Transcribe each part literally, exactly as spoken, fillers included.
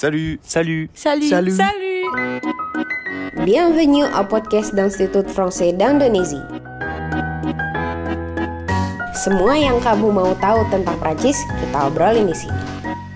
Salut, salut, salut, salut, salut. Bienvenue au podcast d'Institut Français d'Indonésie. Semua yang kamu mau tahu tentang Prancis, kita obrolin di sini.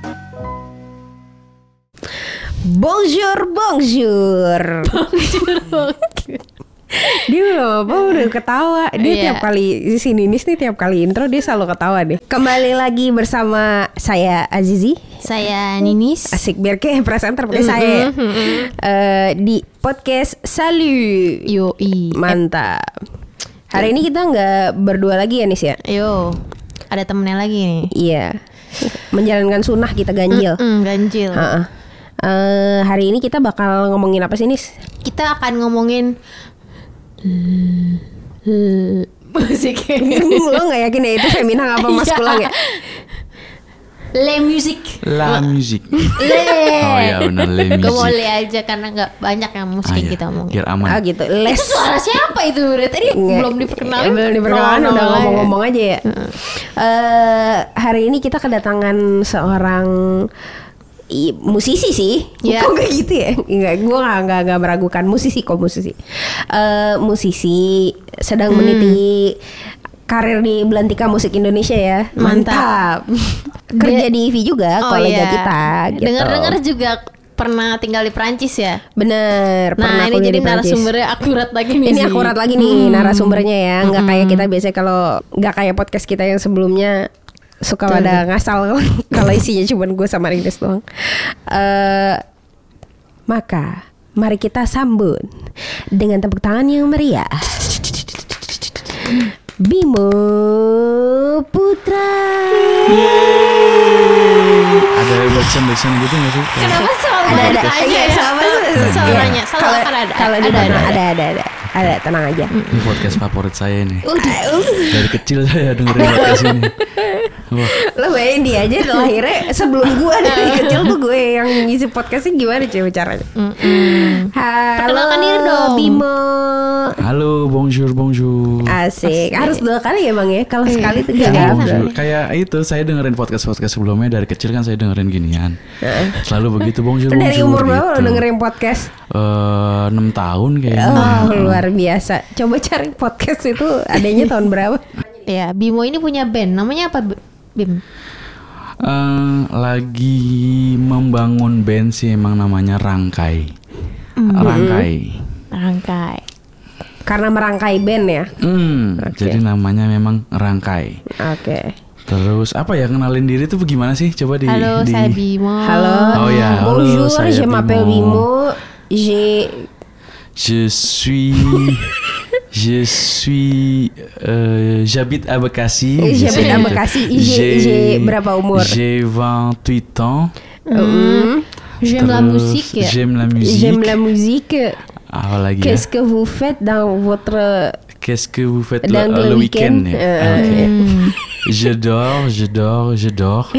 Bonjour, bonjour. Bonjour, bonjour. Dia udah apa udah ketawa. Dia yeah. tiap kali di sini nih tiap kali intro dia selalu ketawa deh. Kembali lagi bersama saya Azizi, saya Ninis. Asik biar kayak perasaan terpakai saya uh, di podcast Salut. Yoi. Mantap. Hari ini kita nggak berdua lagi ya Nis ya? Yo, ada temennya lagi nih. Iya. Menjalankan sunnah kita ganjil. Mm-mm, ganjil. Uh-uh. Uh, hari ini kita bakal ngomongin apa sih Nis? Kita akan ngomongin musik. Lo nggak yakin ya itu feminan apa maskulan ya? Le musique. La musique. Le. Oh ya benar le musique. Gue mau le aja karena nggak banyak yang musik ah, yang ya. kita omongin. Biar aman. Ah gitu. Les. Itu suara siapa itu? Tadi Nggak. belum diperkenalkan. Belum diperkenalkan, No, no, udah no, ngomong-ngomong aja ya. Uh, hari ini kita kedatangan seorang I, musisi sih, yeah. Kok gak gitu ya? Enggak, gue gak, gak, gak meragukan musisi kok musisi. Uh, musisi sedang hmm. meniti karir di belantika musik Indonesia ya. Mantap. Kerja Dia, di I V I juga, oh kolega iya. kita. Gitu. Dengar-dengar juga pernah tinggal di Prancis ya. Bener. Nah ini jadi narasumbernya akurat lagi nih. Ini sih. akurat lagi nih hmm. narasumbernya ya. Nggak hmm. kayak kita biasanya kalau nggak kayak podcast kita yang sebelumnya. Suka Tuh, pada ngasal kalau isinya cuma gue sama Rindes doang. Uh, maka mari kita sambut dengan tepuk tangan yang meriah Bimo Putra. Ada backsound-backsound gitu nggak sih? Kenapa selalu ada ada aja iya, ya? sama Selalu nanya, selalu akan ada. Kalau di ada, mana ada, ada ada ada ada tenang aja. Ini podcast favorit saya nih. Uh, Dari kecil saya dengerin podcast ini. Wah. Lo bayangin dia aja lahirnya sebelum gue dari kecil tuh gue yang ngisi podcastnya gimana cewek caranya. Mm-mm. Halo Perkenalkan diri dong Bimo. Halo, bonjour, bonjour. Asik. Harus dua kali ya bang ya. Kalau Iya. sekali tuh Iya, gak apa. Bonjour. Kayak itu saya dengerin podcast-podcast sebelumnya dari kecil kan saya dengerin ginian. Selalu begitu bonjour, Itu bonjour. dari umur berapa gitu. lo dengerin podcast? Eh, enam tahun kayaknya. Oh luar biasa. Coba cari podcast itu adanya tahun berapa? Ya, Bimo ini punya band. Namanya apa, Bim? Uh, lagi membangun band sih emang namanya Rangkai. Mm. Rangkai. Rangkai. Karena merangkai band ya. Hmm, Oke. Jadi namanya memang Rangkai. Oke. Terus apa ya kenalin diri tuh bagaimana sih? Coba di Halo, di... saya Bimo. Halo. Oh ya, halo, Bonjour, saya je m'appelle Bimo. Je Je suis Je suis euh, j'habite à Bekasi. J'habite à Bekasi. J'ai- j'ai berapa umur? J'ai vingt-huit ans. Mm. J'aime la Terus musique ya. J'aime la musique. J'aime la musique. Apa lagi Qu'est-ce ya? que vous faites dans votre Qu'est-ce que vous faites dans le, le le week-end week-end? ya? Euh, Ah, oke. Hmm. Je dors, je dors, je dors.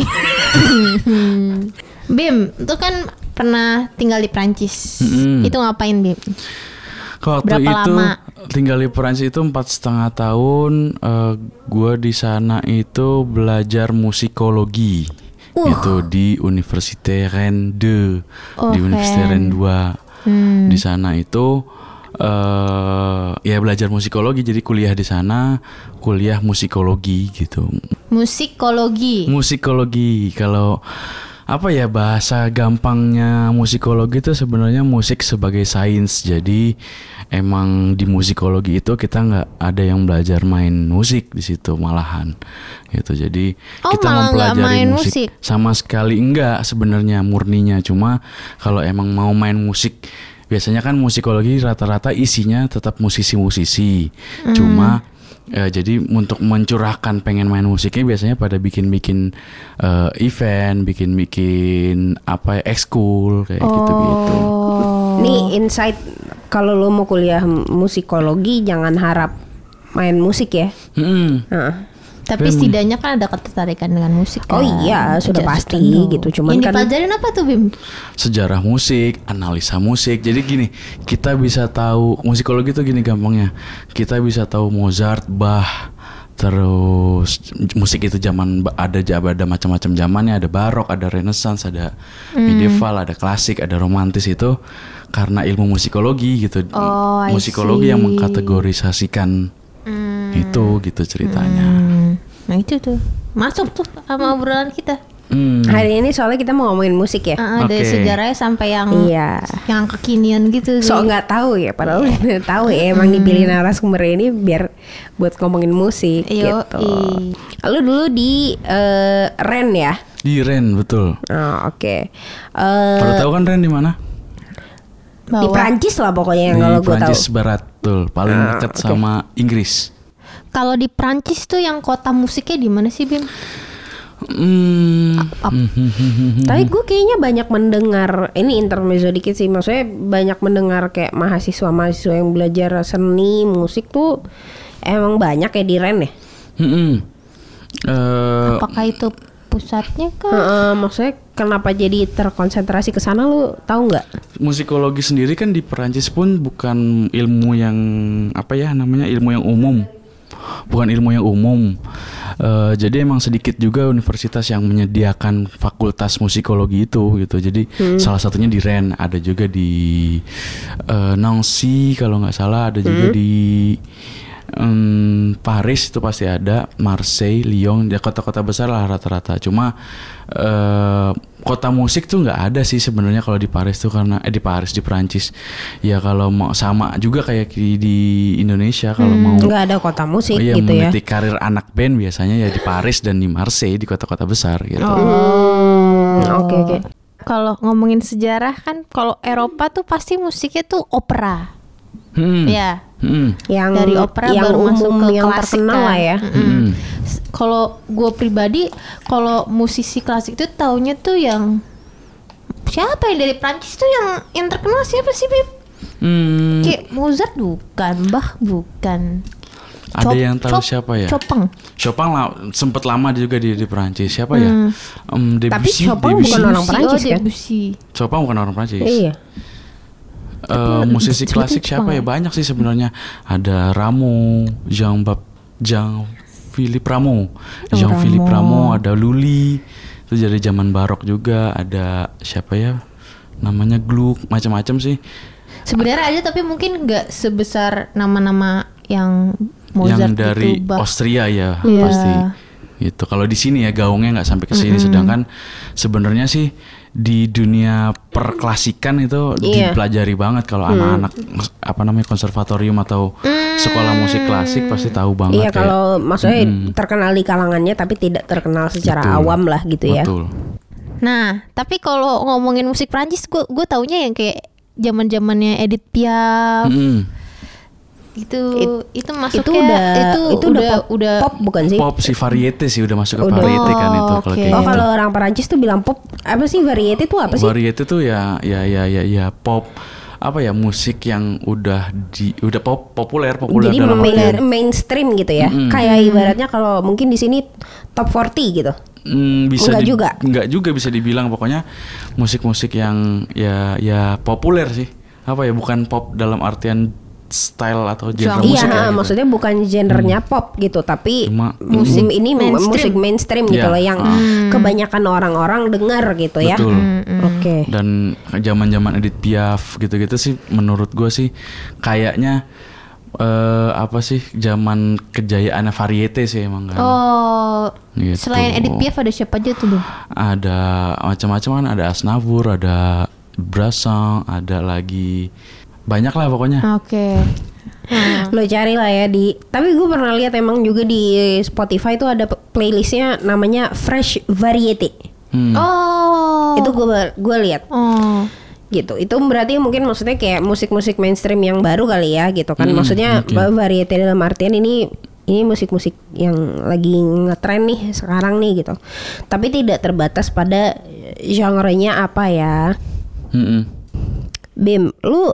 Bim, itu kan pernah tinggal di Prancis. Mm-mm. Itu ngapain, Bim? Waktu Berapa itu lama? tinggal di Perancis itu empat setengah tahun. Uh, gue di sana itu belajar musikologi. Uh. Itu di Université Rennes deux, Oh, di Université Rennes. Rennes dua. Hmm. Di sana itu uh, ya belajar musikologi. Jadi kuliah di sana, kuliah musikologi gitu. Musikologi. Musikologi kalau apa ya bahasa gampangnya musikologi itu sebenarnya musik sebagai sains. Jadi emang di musikologi itu kita nggak ada yang belajar main musik di situ malahan gitu. Jadi Oh, kita malah nggak mempelajari main musik, musik? sama sekali enggak sebenarnya murninya. Cuma kalau emang mau main musik biasanya kan musikologi rata-rata isinya tetap musisi-musisi. Hmm. Cuma Ya, jadi untuk mencurahkan pengen main musiknya biasanya pada bikin-bikin uh, event, bikin-bikin apa ya, ekskul kayak gitu-gitu. Oh. Nih insight kalau lo mau kuliah musikologi jangan harap main musik ya. Hmm. Heeh. Tapi Tapi setidaknya kan ada ketertarikan dengan musik Oh kan? iya, sudah Ajar pasti tertentu. gitu. Cuman Yang kan- dipelajarin apa tuh, Bim? Sejarah musik, analisa musik. Jadi gini, kita bisa tahu musikologi itu gini gampangnya. Kita bisa tahu Mozart, Bach, Terus musik itu zaman ada ada macam-macam zamannya, ada barok, ada renaissance, ada medieval, ada klasik, ada romantis, itu karena ilmu musikologi gitu. Oh, I Musikologi see. yang mengkategorisasikan Hmm. itu gitu ceritanya. Hmm. Nah itu tuh masuk tuh sama obrolan kita. Hmm. Hari ini soalnya kita mau ngomongin musik ya. Uh, dari Oke. sejarahnya sampai yang Iya. yang kekinian gitu sih. So nggak tahu ya, padahal udah tahu ya emang dipilih narasumber ini biar buat ngomongin musik Yo, gitu. i. Lalu dulu di eh, Ren ya. Di Ren, betul. Oh, oke. Eh, Baru tahu kan Ren di mana? di Bahwa Prancis lah pokoknya yang Di kalau gue tahu. Prancis Barat, betul. Paling Ah, dekat oke. sama Inggris. kalau di Prancis tuh yang kota musiknya di mana sih, Bim? Hmm. Tapi gue kayaknya banyak mendengar, ini intermezzo dikit sih, maksudnya banyak mendengar kayak mahasiswa-mahasiswa yang belajar seni musik tuh emang banyak ya di Ren ya. Hmm. Eh, Apakah itu pusatnya kah? Heeh, maksudnya kenapa jadi terkonsentrasi ke sana, lu tahu nggak? musikologi sendiri kan di Perancis pun bukan ilmu yang apa ya namanya ilmu yang umum, bukan ilmu yang umum. Eh, jadi emang sedikit juga universitas yang menyediakan fakultas musikologi itu gitu. Jadi salah satunya di Rennes, ada juga di eh, Nancy kalau nggak salah, ada juga di em, Paris itu pasti ada, Marseille, Lyon, ya kota-kota besar lah rata-rata. Cuma eh, kota musik tuh nggak ada sih sebenarnya kalau di Paris tuh, karena eh di Paris di Perancis ya kalau mau sama juga kayak di, di Indonesia kalau mau Nggak ada kota musik oh iya, gitu ya. meniti karir anak band biasanya ya di Paris dan di Marseille, di kota-kota besar gitu. Hmm, Oke oke. Kalau ngomongin sejarah kan, kalau Eropa tuh pasti musiknya tuh opera. Hmm. Ya. Hmm. Yang Dari opera yang baru umum masuk ke yang klasik terkenal kan. lah ya. Mm-mm. Hmm. S- Kalau gue pribadi, kalau musisi klasik itu taunya tuh yang siapa yang dari Prancis tuh yang yang terkenal siapa sih, Bib? Hmm. Kayak Mozart bukan, Bach bukan. Ada Chop- yang tahu Chop- siapa ya? Chopin. Chopin lah, sempet lama juga di di Perancis. Siapa ya? Hmm. Em, Tapi Debussy, Chopin Debussy. bukan orang Debussy, Prancis oh, kan? Debussy. Chopin bukan orang Perancis. Iya. Eh, musisi Debussy klasik itu siapa ya? Jepang Banyak sih sebenarnya. Ada Rameau, Jean Bap Jean Philippe Rameau, Oh, Jean Philippe Rameau. Rameau, ada Lully. Itu dari zaman barok juga. Ada siapa ya? Namanya Gluck, macam-macam sih. Sebenarnya ada tapi mungkin nggak sebesar nama-nama yang Mozart yang dari gitu, Bach. Austria ya Iya. pasti. Gitu. Kalau di sini ya gaungnya nggak sampai ke sini. Sedangkan sebenarnya sih di dunia perklasikan itu Iya. dipelajari banget kalau anak-anak apa namanya konservatorium atau sekolah musik klasik pasti tahu banget. Iya, kayak- kalau maksudnya Mm-mm. terkenal di kalangannya tapi tidak terkenal secara Betul. awam lah gitu ya. Betul. Nah, tapi kalau ngomongin musik Prancis, gue gue taunya yang kayak zaman-zamannya Edith Piaf Mm-mm. gitu. It- itu masuknya itu udah itu, itu udah udah pop, udah pop bukan sih? Pop sih, variete sih udah masuk ke Udah. variete kan itu Oh, kalau oke. kayak Oh, gitu. kalau orang Perancis tuh bilang pop, apa sih variety itu apa sih? Variety tuh ya ya ya ya ya pop apa ya musik yang udah di udah pop populer populer Jadi dalam main- artian mainstream gitu ya. Mm-mm. Kayak ibaratnya kalau mungkin di sini top empat puluh gitu. Hmm, bisa Enggak di- juga? enggak juga bisa dibilang pokoknya musik-musik yang ya ya populer sih. Apa ya, bukan pop dalam artian style atau genre Genre. musik Iya, ya gitu. maksudnya bukan genrenya pop gitu, tapi Cuma- musik ini mu- mainstream. musik mainstream gitu Iya. loh yang kebanyakan orang-orang dengar gitu ya. Betul. Oke. Dan zaman-zaman Edith Piaf gitu-gitu sih menurut gue sih kayaknya eh, apa sih zaman kejayaannya variete sih emang kan. Oh, Gitu. selain Edith Piaf ada siapa aja tuh, Bang? Ada macam-macam kan, ada Aznavour, ada Brassens, ada lagi banyak lah pokoknya. Oke. Hmm. Lo cari lah ya di. Tapi gue pernah lihat emang juga di Spotify itu ada playlistnya namanya Fresh Variety. Hmm. Oh. Itu gue gue lihat. Oh. Gitu. Itu berarti mungkin maksudnya kayak musik-musik mainstream yang baru kali ya gitu kan. Hmm, Maksudnya mungkin. ba- variety dalam artian ini ini musik-musik yang lagi ngetren nih sekarang nih gitu. Tapi tidak terbatas pada genre-nya apa ya. Mm-mm. Bim, lu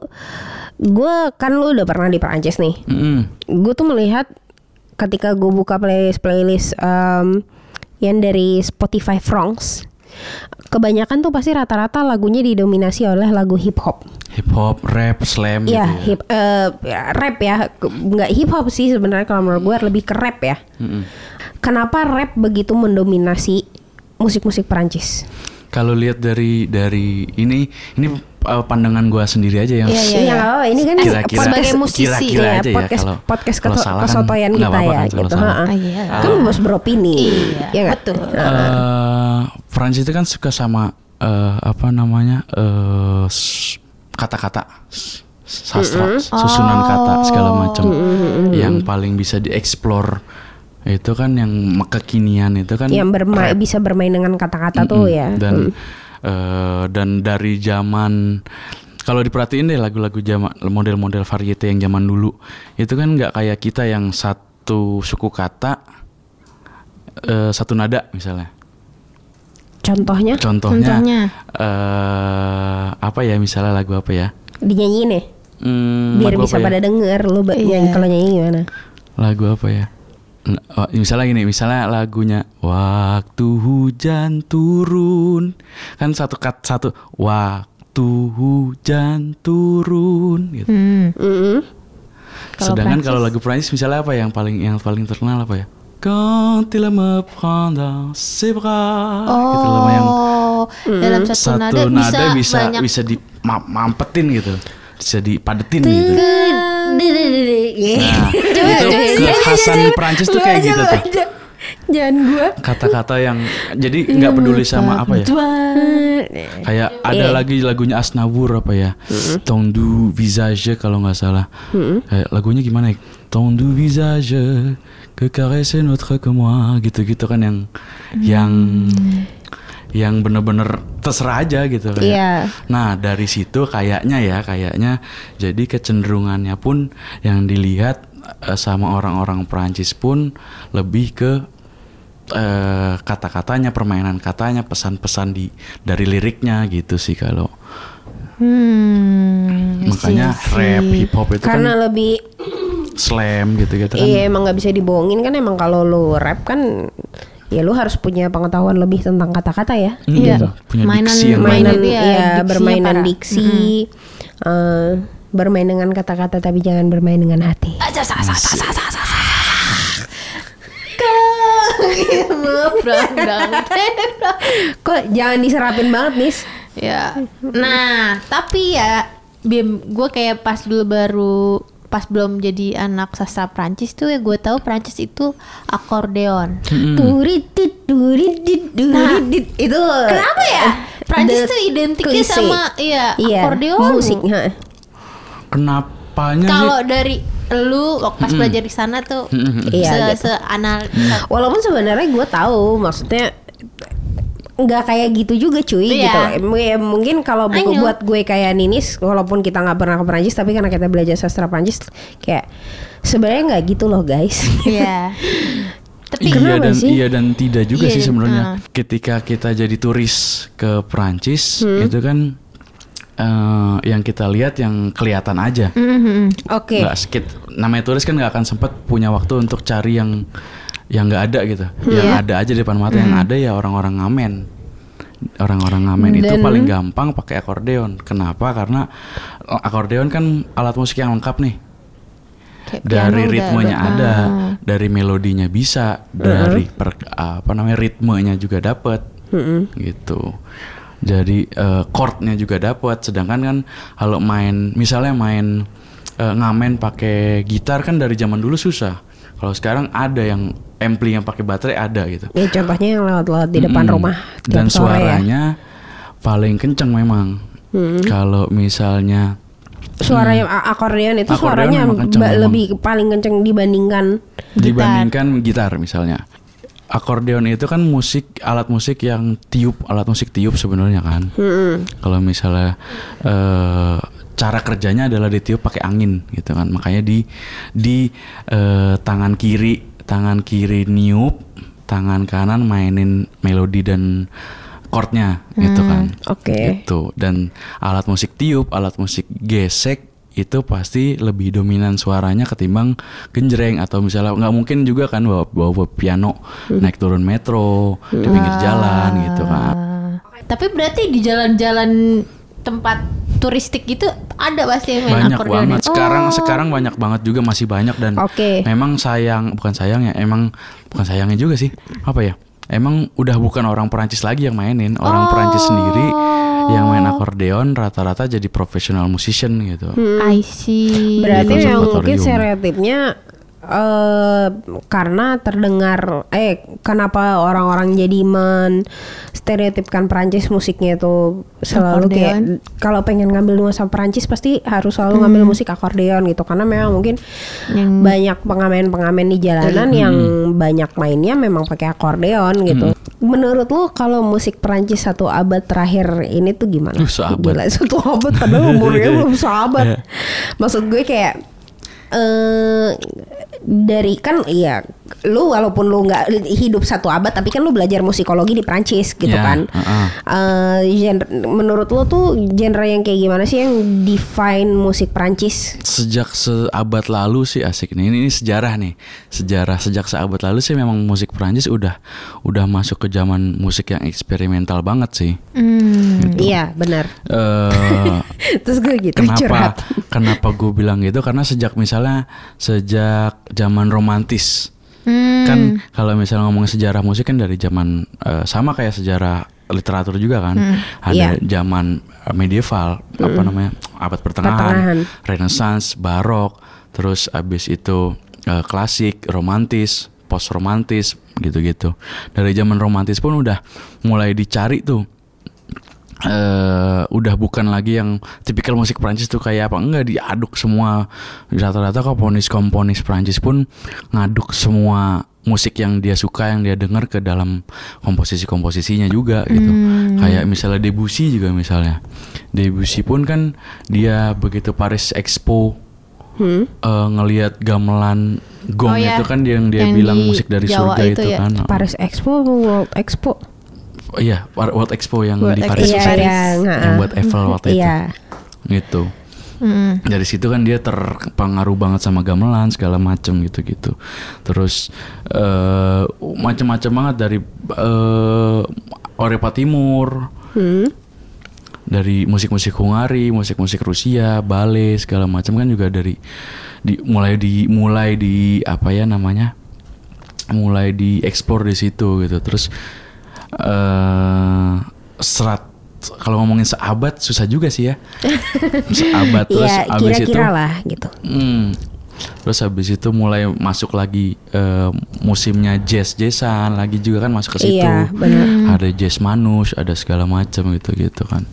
gue kan lu udah pernah di Perancis nih. Mm-mm. Gue tuh melihat ketika gue buka playlist playlist um, yang dari Spotify France, kebanyakan tuh pasti rata-rata lagunya didominasi oleh lagu hip hop. hip hop, rap, slam gitu Iya, ya. hip eh, rap ya, nggak hip hop sih sebenarnya kalau menurut gue lebih ke rap ya. Mm-mm. Kenapa rap begitu mendominasi musik-musik Perancis? Kalau lihat dari dari ini ini uh, pandangan gua sendiri aja yang Iya, iya. Iya nggak apa-apa, ini kan Kira-kira- sebagai musisi, kira-kira ya, aja ya, podcast kalau- podcast kalau keto- salah kan kesotoyan nggak kita apa-apa ya kan kalau gitu. salah. Ha-ha. Ah, iya. Kan bebas beropini. Iya, ya nggak? betul. Eh, Prancis itu kan suka sama eh, apa namanya eh, s- kata-kata s- sastra, susunan kata segala macam. Yang paling bisa dieksplor itu kan yang kekinian itu kan Yang bermain rap. bisa bermain dengan kata-kata tuh Mm-mm. ya. Dan eh, dan dari zaman kalau diperhatiin deh lagu-lagu zaman model-model variete yang zaman dulu itu kan nggak kayak kita yang satu suku kata eh, satu nada misalnya. Contohnya Contohnya, Contohnya? eh, apa ya misalnya lagu apa ya? dinyanyiin ya, Hmm, biar lagu bisa apa ya? pada denger lu ba- Iya. nyanyi kalau nyanyi gimana? Lagu apa ya? N- oh, misalnya gini, misalnya lagunya waktu hujan turun kan satu kat satu waktu hujan turun gitu. Hmm. Mm-mm. Kalau Sedangkan Prancis? kalau lagu Prancis misalnya apa yang paling yang paling terkenal apa ya? Quand il me prend dans ses bras gitu loh yang Oh, dalam satu, satu nada, nada bisa, bisa banyak. bisa dimampetin gitu. Bisa dipadetin gitu. Nah, itu kekhasan Prancis tuh kayak gitu tuh. Jangan gua. Kata-kata yang jadi nggak peduli sama apa ya. Kayak ada Iya. lagi lagunya Aznavour apa ya? Ton du visage kalau nggak salah. Kayak lagunya gimana ya? Ton du visage que caresse notre que moi gitu-gitu kan yang yang yang bener-bener terserah aja gitu kayak. Iya. Nah dari situ kayaknya ya kayaknya jadi kecenderungannya pun yang dilihat eh, sama orang-orang Perancis pun lebih ke eh, kata-katanya, permainan katanya, pesan-pesan di dari liriknya gitu sih kalau Hmm. makanya I see, I rap, see. hip hop itu Karena kan lebih slam gitu-gitu kan. iya emang nggak bisa dibohongin kan, emang kalau lu rap kan ya lu harus punya pengetahuan lebih tentang kata-kata ya. Hmm, Iya. gitu. Punya Mainan- diksi yang mainan baik. Mainan dia, ya, diksinya bermainan parah. diksi, eh, bermain dengan kata-kata tapi jangan bermain dengan hati. Kok jangan diserapin banget nis? Ya. Nah, tapi ya Bim, gue kayak pas dulu baru pas belum jadi anak sastra Prancis tuh ya gue tahu Prancis itu akordeon. Turidit, turidit, turidit. Itu Kenapa ya? Prancis the tuh identiknya klise. sama iya, Iya, akordeon. musik. ha. Kenapanya Kalau sih? dari lu waktu pas belajar di sana tuh Iya, se, gitu. se analisa Walaupun sebenarnya gue tahu, maksudnya nggak kayak gitu juga cuy Iya. gitu. M- ya, mungkin kalau I buku know. buat gue kayak Ninis, walaupun kita nggak pernah ke Perancis, tapi karena kita belajar sastra Perancis, kayak sebenarnya nggak gitu loh guys. Iya. Tapi Iya kenapa dan sih? iya dan tidak juga Iya sih dan- sebenarnya. uh. Ketika kita jadi turis ke Perancis Hmm. itu kan eh, yang kita lihat yang kelihatan aja. Mhm. Oke. Nggak skit. Namanya turis kan nggak akan sempat punya waktu untuk cari yang yang nggak ada gitu. Yang Iya. ada aja di depan mata. Yang ada ya orang-orang ngamen. Orang-orang ngamen itu Dan- paling gampang pakai akordeon. Kenapa? Karena akordeon kan alat musik yang lengkap nih. Kayak Dari piano udah ritmenya ada. ada, Ah. dari melodinya bisa, dari per, apa namanya ritmenya juga dapat, gitu. Jadi eh, chordnya juga dapat. Sedangkan kan kalau main, misalnya main eh, ngamen pakai gitar kan dari zaman dulu susah. Kalau sekarang ada yang ampli yang pakai baterai ada gitu. Ya contohnya yang lewat-lewat di depan Mm-mm. rumah tiap Dan sore ya. suaranya paling kenceng memang. Kalau misalnya Suaranya a- akordeon itu Akordeon suaranya memang kenceng ba- memang. lebih paling kenceng dibandingkan dibandingkan gitar misalnya. Akordeon itu kan musik, alat musik yang tiup, alat musik tiup sebenarnya kan. Kalau misalnya eh, cara kerjanya adalah ditiup pakai angin gitu kan. Makanya di di eh, tangan kiri, tangan kiri niup, tangan kanan mainin melodi dan chordnya gitu kan. Oke. Gitu. Dan alat musik tiup, alat musik gesek itu pasti lebih dominan suaranya ketimbang genjreng atau misalnya nggak mungkin juga kan bawa, bawa piano naik turun metro di pinggir jalan gitu kan. Tapi berarti di jalan-jalan tempat turistik gitu ada pasti yang main Banyak akordeon. banget. Sekarang Oh. sekarang banyak banget juga, masih banyak dan Oke. memang sayang, bukan sayang ya, emang bukan sayangnya juga sih. Apa ya? Emang udah bukan orang Perancis lagi yang mainin, orang Oh. Perancis sendiri yang main akordeon rata-rata jadi professional musician gitu. I see. Berarti Di memang mungkin konservatorium. stereotipnya eh karena terdengar eh kenapa orang-orang jadi men stereotipkan Perancis musiknya itu selalu kayak Akordeon. kalau pengen ngambil nuansa Perancis pasti harus selalu ngambil musik akordeon gitu karena memang mungkin Yang- banyak pengamen-pengamen di jalanan yang banyak mainnya memang pakai akordeon gitu. Menurut lu kalau musik Perancis satu abad terakhir ini tuh gimana? Uh, seabad. Gila, satu abad padahal umurnya belum seabad. Maksud gue kayak eh dari kan iya lu walaupun lu nggak hidup satu abad tapi kan lu belajar musikologi di Prancis gitu Ya, kan. uh-uh. Eh, genre, menurut lu tuh genre yang kayak gimana sih yang define musik Prancis? Sejak seabad lalu sih asik nih. Ini, ini sejarah nih. Sejarah sejak seabad lalu sih memang musik Perancis udah udah masuk ke zaman musik yang eksperimental banget sih. Hmm. Iya benar. Eh Terus gue gitu curhat. kenapa kenapa gue bilang gitu karena sejak misalnya sejak zaman romantis. Hmm. Kan kalau misalnya ngomong sejarah musik kan dari zaman eh, sama kayak sejarah literatur juga kan. Ada Iya. zaman eh, medieval, apa namanya? abad Pertengahan. pertengahan, Renaissance, barok, terus abis itu eh, klasik, romantis, post romantis gitu-gitu. Dari zaman romantis pun udah mulai dicari tuh eh udah bukan lagi yang tipikal musik Prancis tuh kayak apa, enggak, diaduk semua. Rata-rata komponis-komponis Prancis pun ngaduk semua musik yang dia suka, yang dia dengar ke dalam komposisi-komposisinya juga gitu. Kayak misalnya Debussy juga misalnya. Debussy pun kan dia begitu Paris Expo Hmm? eh, ngelihat gamelan gong Oh, ya. itu kan dia yang dia Yang bilang di musik dari Jawa surga itu itu ya. kan. Paris Expo, World Expo. Oh, iya, World Expo yang World di Expo. Paris Iya, itu. iya, yang nga- buat Eiffel waktu itu. Iya. Gitu. Hmm. Dari situ kan dia terpengaruh banget sama gamelan segala macem gitu-gitu. Terus eh macam-macam banget dari eh Eropa Timur, Hmm? dari musik-musik Hungari, musik-musik Rusia, ballet segala macam kan juga dari di, mulai di mulai di apa ya namanya? mulai diekspor di situ gitu. Terus eh serat kalau ngomongin seabad susah juga sih ya. Seabad terus Iya, abis itu kira-kira lah gitu. Hmm. Terus habis itu mulai masuk lagi eh, musimnya jazz-jazzan lagi juga kan masuk ke situ. Iya, benar. Ada jazz manus, ada segala macam gitu-gitu kan.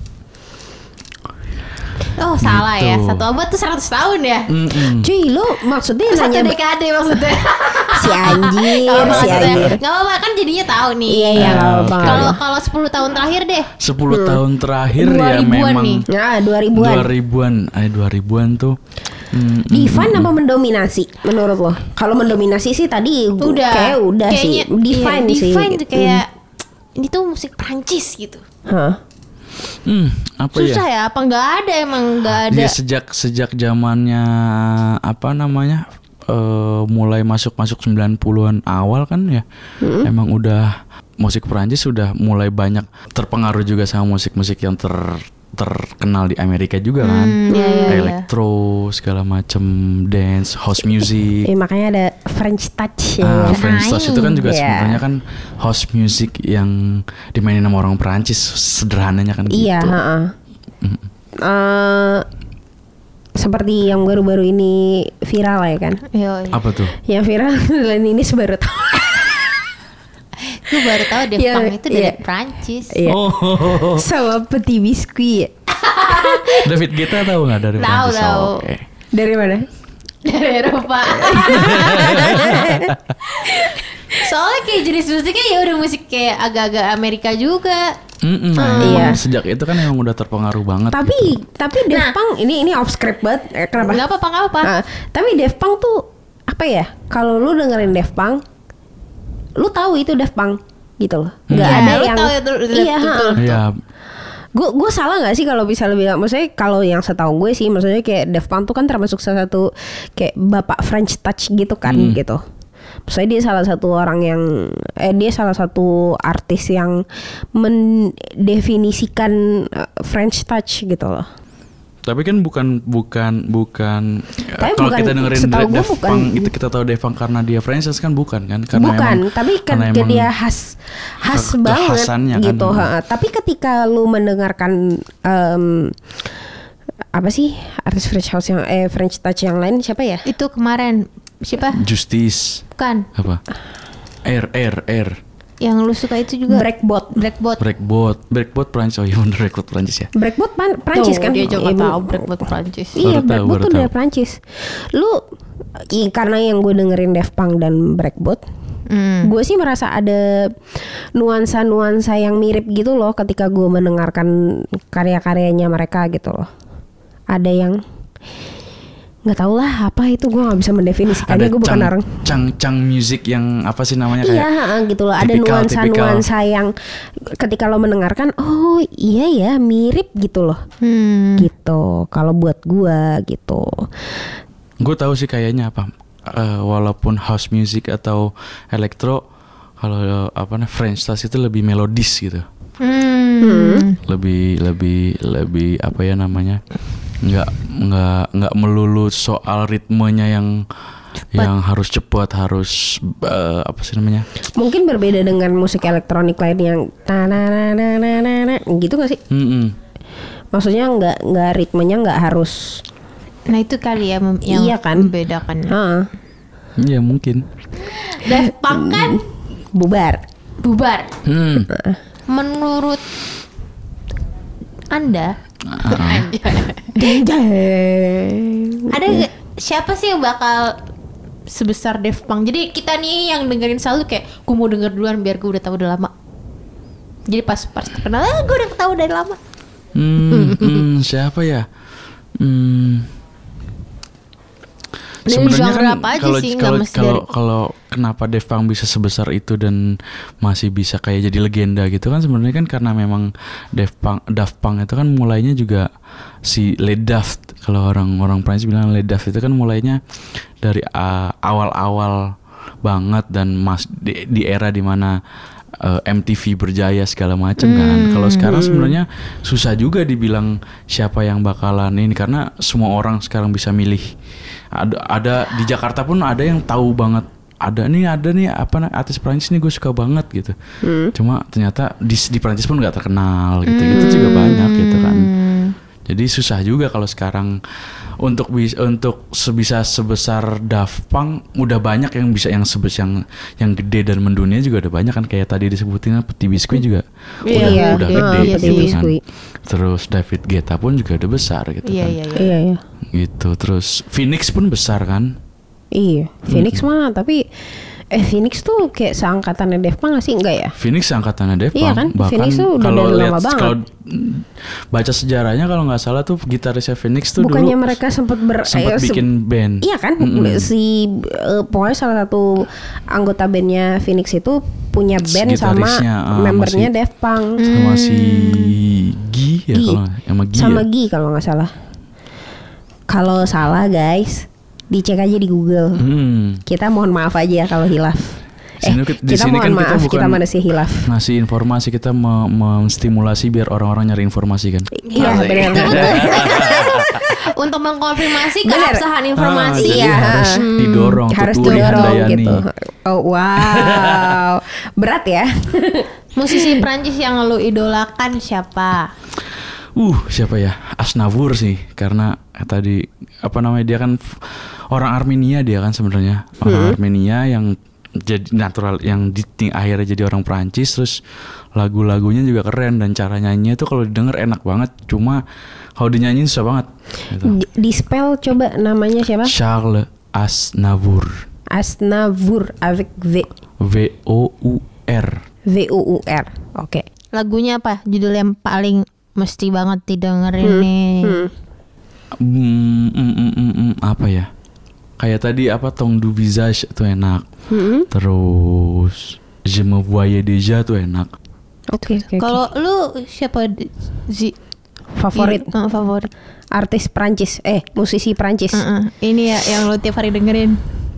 Oh salah Gitu. ya, satu abad tuh seratus tahun ya. Mm-mm. Cuy, lu maksudnya Satu nanya dekade maksudnya. si anjir, Nggak apa-apa, si maksudnya. anjir. Nggak apa-apa kan jadinya tahu nih. Iya, iya, nggak apa-apa, nggak Kalau apa-apa. kalau sepuluh tahun terakhir deh. sepuluh tahun terakhir dua ya ribuan memang nih. Nah, dua ribuan. dua ribuan, eh dua ribuan tuh. Mm, mm, Define apa mendominasi menurut lo? Kalau mendominasi sih tadi gua- Udah. kayak udah Kayaknya- sih. Define iya, sih. Define tuh kayak ini tuh musik Prancis gitu. Hah? mm, apa Susah ya? ya? Apa nggak ada emang nggak ada? Dia sejak sejak zamannya apa namanya? eh, mulai masuk-masuk sembilan puluhan awal kan ya. Emang udah musik Perancis sudah mulai banyak terpengaruh juga sama musik-musik yang ter terkenal di Amerika juga kan. Hmm, iya, iya, iya. Elektro segala macam, dance, house music. Eh, makanya ada French touch ya. Ah, French touch itu kan juga Iya. sebenarnya kan house music yang dimainin sama orang Perancis, sederhananya kan Iya, gitu. heeh. Eh, seperti yang baru-baru ini viral ya kan? Yo, Apa tuh? Yang viral dan ini sebaru tahu. gue baru tahu Daft Iya, Punk itu dari iya. Prancis. Iya. Oh, Sama peti biskuit. David Guetta tahu nggak dari Tahu, Perancis? tahu. Oh, oke. Dari mana? Dari Eropa. Soalnya kayak jenis musiknya ya udah musik kayak agak-agak Amerika juga. Mm-mm, nah, Iya. emang sejak itu kan emang udah terpengaruh banget. Tapi tapi Daft Nah. Punk ini ini off script banget. Eh, kenapa? Nggak apa-apa, nggak apa-apa. Nah, tapi Daft Punk tuh apa ya? Kalau lu dengerin Daft Punk, lu tahu itu Daft Punk gitu loh. Nggak Iya, ada lu yang tahu itu, itu, iya. itu. ha-ha. Iya, Gue gue salah nggak sih kalau bisa lebih bilang? Maksudnya kalau yang setahu gue sih, maksudnya kayak Daft Punk tuh kan termasuk salah satu kayak bapak French touch gitu kan Hmm. gitu. Maksudnya dia salah satu orang yang eh dia salah satu artis yang mendefinisikan eh, French touch gitu loh. Tapi kan bukan bukan bukan Tapi kalau bukan, kita dengerin setahu gua Daft bukan. Punk itu kita tahu Daft Punk karena dia franchise kan bukan kan? Karena Bukan, emang, tapi kan karena ke emang dia khas khas ke- banget kekhasannya kan. gitu. ha. Tapi ketika lu mendengarkan em, apa sih artis French House yang eh French Touch yang lain siapa ya? Itu kemarin siapa? Justice Bukan. apa? Air Air Air Yang lu suka itu juga. Breakbot. Breakbot. Breakbot Breakbot Prancis. Oh iya bener Breakbot Prancis ya. Breakbot pan Prancis Tuh, kan? Dia juga Iya, tahu Breakbot Prancis. Iya, Baru tahu, Breakbot baru tuh tahu. dari Prancis. Lu i, karena yang gue dengerin Daft Punk dan Breakbot, Hmm. gue sih merasa ada nuansa-nuansa yang mirip gitu loh ketika gue mendengarkan karya-karyanya mereka gitu loh. Ada yang nggak tau lah apa itu, gue nggak bisa mendefinisikannya, gue bukan orang. cang-cang music yang apa sih namanya Iya kayak ha, gitu loh. Ada tipikal- nuansa-nuansa yang ketika lo mendengarkan, oh iya ya mirip gitu loh. Hmm. Gitu. Kalau buat gue gitu. gue tahu sih kayaknya apa. Eh, walaupun house music atau elektro, kalau apa namanya French touch itu lebih melodis gitu. Hmm. Lebih lebih lebih apa ya namanya? nggak nggak nggak melulu soal ritmenya yang yang harus cepat, harus eh, apa sih namanya? Mungkin berbeda dengan musik elektronik lain yang na na na na na na na, gitu gak sih? Mm-mm. Maksudnya nggak nggak ritmenya nggak harus. Nah itu kali ya mem- yang Iya kan? membedakan. Heeh. Iya mungkin. Daft Punk kan Bubar. bubar. Hmm. Menurut Anda, ada nggak siapa sih yang bakal sebesar Daft Punk? Jadi kita nih yang dengerin selalu kayak, gue mau denger duluan biar gue udah tahu udah lama. Jadi pas pas terkenal, ah, gue udah tahu dari lama. Hmm, hmm, siapa ya? Hmm. Dari Sebenarnya genre kan apa aja kalau sih, nggak kalau mesti kalau dari- kalau kenapa Daft Punk bisa sebesar itu dan masih bisa kayak jadi legenda gitu kan, sebenarnya kan karena memang Daft Punk Daft Punk itu kan mulainya juga si Le Daft, kalau orang-orang Prancis bilang Le Daft itu kan mulainya dari uh, awal-awal banget dan mas di, di era dimana uh, M T V berjaya segala macam kan. Kalau sekarang sebenarnya susah juga dibilang siapa yang bakalan ini, karena semua orang sekarang bisa milih. Ada, ada di Jakarta pun ada yang tahu banget. Ada nih, ada nih apa na- artis Prancis nih gue suka banget gitu. Cuma ternyata di di Prancis pun nggak terkenal gitu. Itu juga banyak gitu kan. Jadi susah juga kalau sekarang untuk bis, untuk sebisa sebesar Daft Punk udah banyak yang bisa yang sebesar yang yang gede dan mendunia juga udah banyak kan, kayak tadi disebutin Peti Biskuit juga udah Iya, udah iya, gede iya, gitu iya. kan. Biskuit. Terus David Guetta pun juga udah besar gitu Iya kan. iya iya. Iya ya. Gitu. Terus Phoenix pun besar kan. Iya. Phoenix mah tapi eh Phoenix tuh kayak seangkatannya Daft Punk gak sih? Enggak ya? Phoenix angkatannya Daft Punk. Iya kan? Bahkan Phoenix tuh udah kalau dari lihat lama banget. kalau mm, baca sejarahnya kalau nggak salah tuh gitarisnya Phoenix tuh Bukannya dulu mereka sempat ber sempat eh, se- bikin band. Iya kan? Mm-mm. Si eh, pokoknya salah satu anggota bandnya Phoenix itu punya band sama Gitarisnya, ah, membernya masih- Daft Punk. sama si Gi ya Gi. kalau sama Gi Sama ya? Gi kalau nggak salah. Kalau salah guys, dicek aja di Google. Hmm. Kita mohon maaf aja kalau hilaf. Eh, Sini- di kita sini mohon kan kita maaf, kita, bukan manusia hilaf. ngasih informasi, kita me- menstimulasi biar orang-orang nyari informasi kan. Iya benar. Untuk mengkonfirmasi Bener. keabsahan Ah, informasi jadi ya. harus didorong tuh, Harus Uri didorong Handayani. gitu. Oh wow, berat ya. Musisi Prancis yang lu idolakan siapa? Uh, siapa ya? Aznavour sih, karena eh, tadi apa namanya, dia kan f- orang Armenia, dia kan sebenarnya orang Armenia yang jadi natural, yang di ting- akhirnya jadi orang Prancis. Terus lagu-lagunya juga keren dan cara nyanyinya tuh kalau didengar enak banget. Cuma kalau dinyanyiin susah banget. Gitu. Di, di spell coba namanya siapa? Charles Aznavour, Aznavour avec V V O U R. V U U R. Oke. Lagunya apa? Judul yang paling mesti banget didengerin nih. Hmm. Hmm, mm, mm, mm, mm, apa ya? Kayak tadi apa, Tong du Visage tuh enak. Hmm. Terus Je me voyais déjà tuh enak. Oke. oke, oke. Kalau lu siapa Zi? Favorit Eh, favorit. artis Prancis, eh musisi Prancis. Heeh. Ini ya yang lu tiap hari dengerin.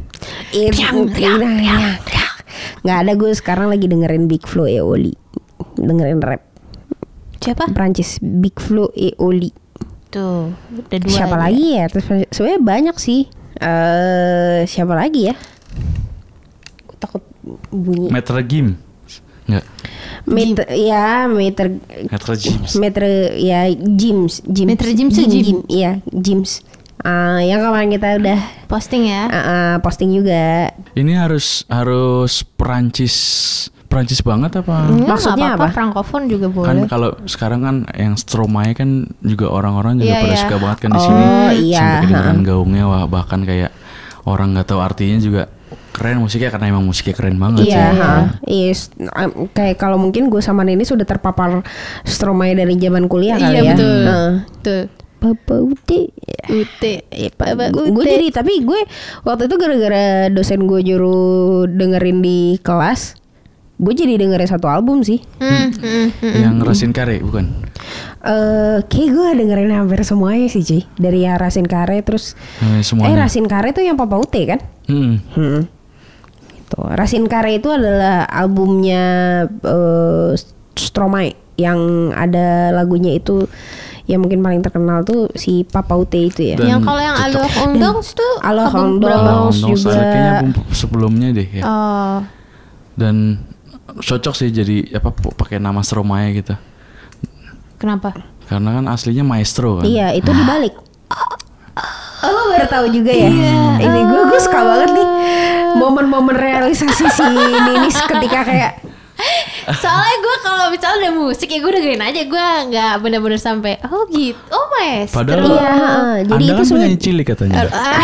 Nggak ada, gue sekarang lagi dengerin Big Flo et Oli, dengerin rap Siapa? Prancis. Big Flo et Oli. Tuh, ada dua. Siapa aja. lagi ya? Terus sebenarnya banyak sih. Eh siapa lagi ya? Aku takut bunyi. Meter Gim. Enggak. Meter ya, meter Meter Gims. meter ya Jims, Jims. Meter Gims tuh Jim? Iya, Jims. Ah, yang kemarin kita udah Posting ya. ah, ah, posting juga. Ini harus harus Perancis Perancis banget apa? Enggak, Maksudnya nggak apa-apa, apa? Francophone juga Kan boleh. kalau sekarang kan yang Stromae kan juga orang-orang juga Iya, pada iya. suka banget kan di Oh, sini. iya, Sampai kedengeran ha. gaungnya, wah bahkan kayak orang nggak tahu artinya juga keren musiknya karena emang musiknya keren banget Iya, sih. ha. Yes. Um, kayak kalau mungkin gue sama Nini sudah terpapar Stromae dari zaman kuliah kali Iya, ya. betul. Nah. Tuh. Papa Uti. Ute. Papa Gue Ute. jadi tapi gue waktu itu gara-gara dosen gue juru dengerin di kelas, gue jadi dengerin satu album sih. Hmm, hmm, hmm. Yang Rasin Kare bukan? Eh, kayak gue dengerin hampir semuanya sih, Ci. Dari yang Rasin Kare terus Eh, eh semuanya. Rasin Kare tuh yang Papa Ute kan? Hmm. Hmm. Gitu. Rasin Kare itu adalah albumnya eh, Stromae yang ada lagunya itu yang mungkin paling terkenal tuh si Papa Ute itu ya. Dan Yang kalau yang cocok. Alo Ondongs tuh Alo album Ondongs. berapa? Terus Dong, juga- kayaknya album sebelumnya deh ya. Oh. Dan cocok sih jadi apa p- pakai nama Stromae gitu. Kenapa? Karena kan aslinya maestro kan. Iya, itu dibalik. Oh, lo baru tahu juga ya? Ini gue gue suka banget nih momen-momen realisasi si Ninis ketika kayak Soalnya gue kalau misalnya ada musik ya gue dengerin aja, gue nggak bener-bener sampai oh gitu, oh maestro. Padahal iya, heeh. Jadi Anda itu kan sebenarnya penyanyi cilik katanya.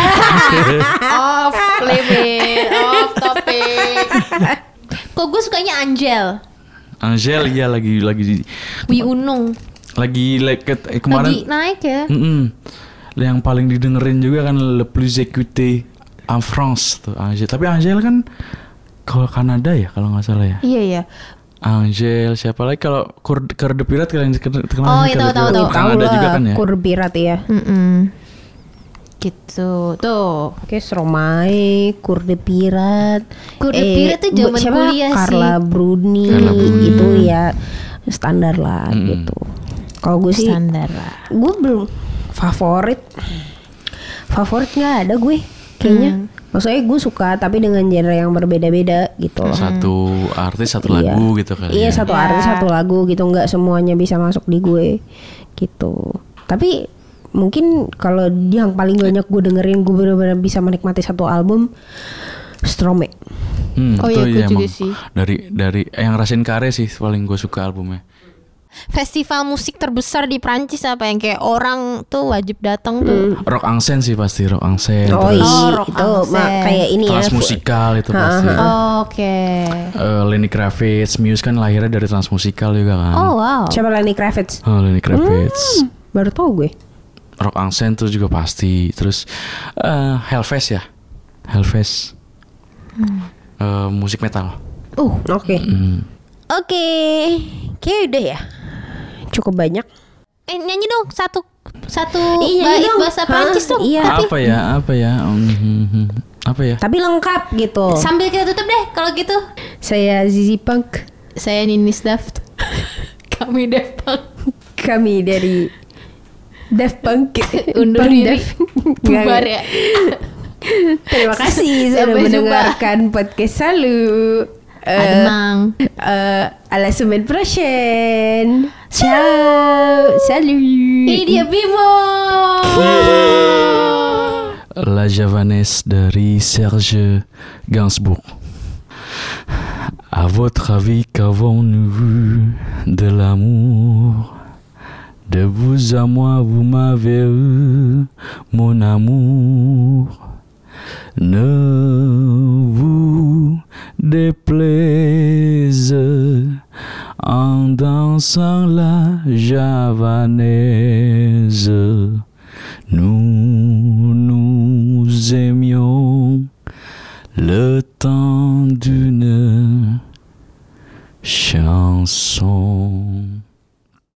Off limit, off topic. Kok gue sukanya Angel, Angel iya lagi lagi di- Wi Unung, lagi like, ket- eh, lagi kemarin naik ya. Mm-mm. Yang paling didengerin juga kan Le Plus Écouté en France tuh Angel. Tapi Angel kan kalau Kanada ya kalau nggak salah ya. Iya ya. Angel siapa lagi kalau Cour Cour de Pirate kalian terkenal Oh, iya, tahu, tahu, tahu. Kanada juga kan ya. Kur Pirat ya. Mm-mm. Gitu tuh. Oke, Stromae, Kur de Pirat. Kur de Pirat tuh zaman bu- siapa? kuliah sih. Carla Bruni, Carla Bruni. itu ya standar lah Mm-mm. gitu. Kalau gue sih, Standar lah. gue belum favorit. Favorit nggak ada gue, kayaknya. Maksudnya gue suka tapi dengan genre yang berbeda-beda gitu loh. Satu artis satu Iya. lagu gitu kali Iya, ya. satu Ya. artis satu lagu gitu, nggak semuanya bisa masuk di gue gitu. Tapi mungkin kalau yang paling banyak gue dengerin, gue benar-benar bisa menikmati satu album, Stromae. Hmm, Oh itu iya, gue iya juga emang. sih. Dari dari eh, yang Rasin Kare sih paling gue suka albumnya. Festival musik terbesar di Prancis apa yang kayak orang tuh wajib datang tuh? Rock Angsen sih pasti Rock Angsen. Oh terus iya, rock itu angsen. ma- kayak ini ya. Transmusikal itu Ha, pasti. ha, ha. Oh, Oke. Eh, Lenny Kravitz, Muse kan lahirnya dari Transmusikal juga kan. Oh wow. Siapa Lenny Kravitz? Oh, Lenny Kravitz. Baru tau gue. Rock Angsen tuh juga pasti. Terus eh Hellfest ya. Hellfest. Eh, musik metal. Uh, oke. Hmm. Oke, kayak udah ya. Cukup banyak. Eh nyanyi dong satu satu Iya, bait nyanyi dong. bahasa Hah? Prancis dong. Iya. Tapi Apa ya? Apa ya? Hmm, apa ya? Tapi lengkap gitu. sambil kita tutup deh kalau gitu. Saya Zizi Punk. Saya Ninis Daft. Kami Daft Punk. Kami dari Daft Punk. Undur Punk diri. Daft. Bubar ya. Terima kasih sudah Sampai jumpa. mendengarkan podcast Salu. Eh, Ademang. eh, à la semaine prochaine. Ciao. Salut. Ini dia Bimo. La Javanaise dari Serge Gainsbourg. À votre avis, qu'avons-nous vu de l'amour? De vous à moi, vous m'avez eu, mon amour. Ne vous déplaise en dansant la javanaise. Nous nous aimions le temps d'une chanson.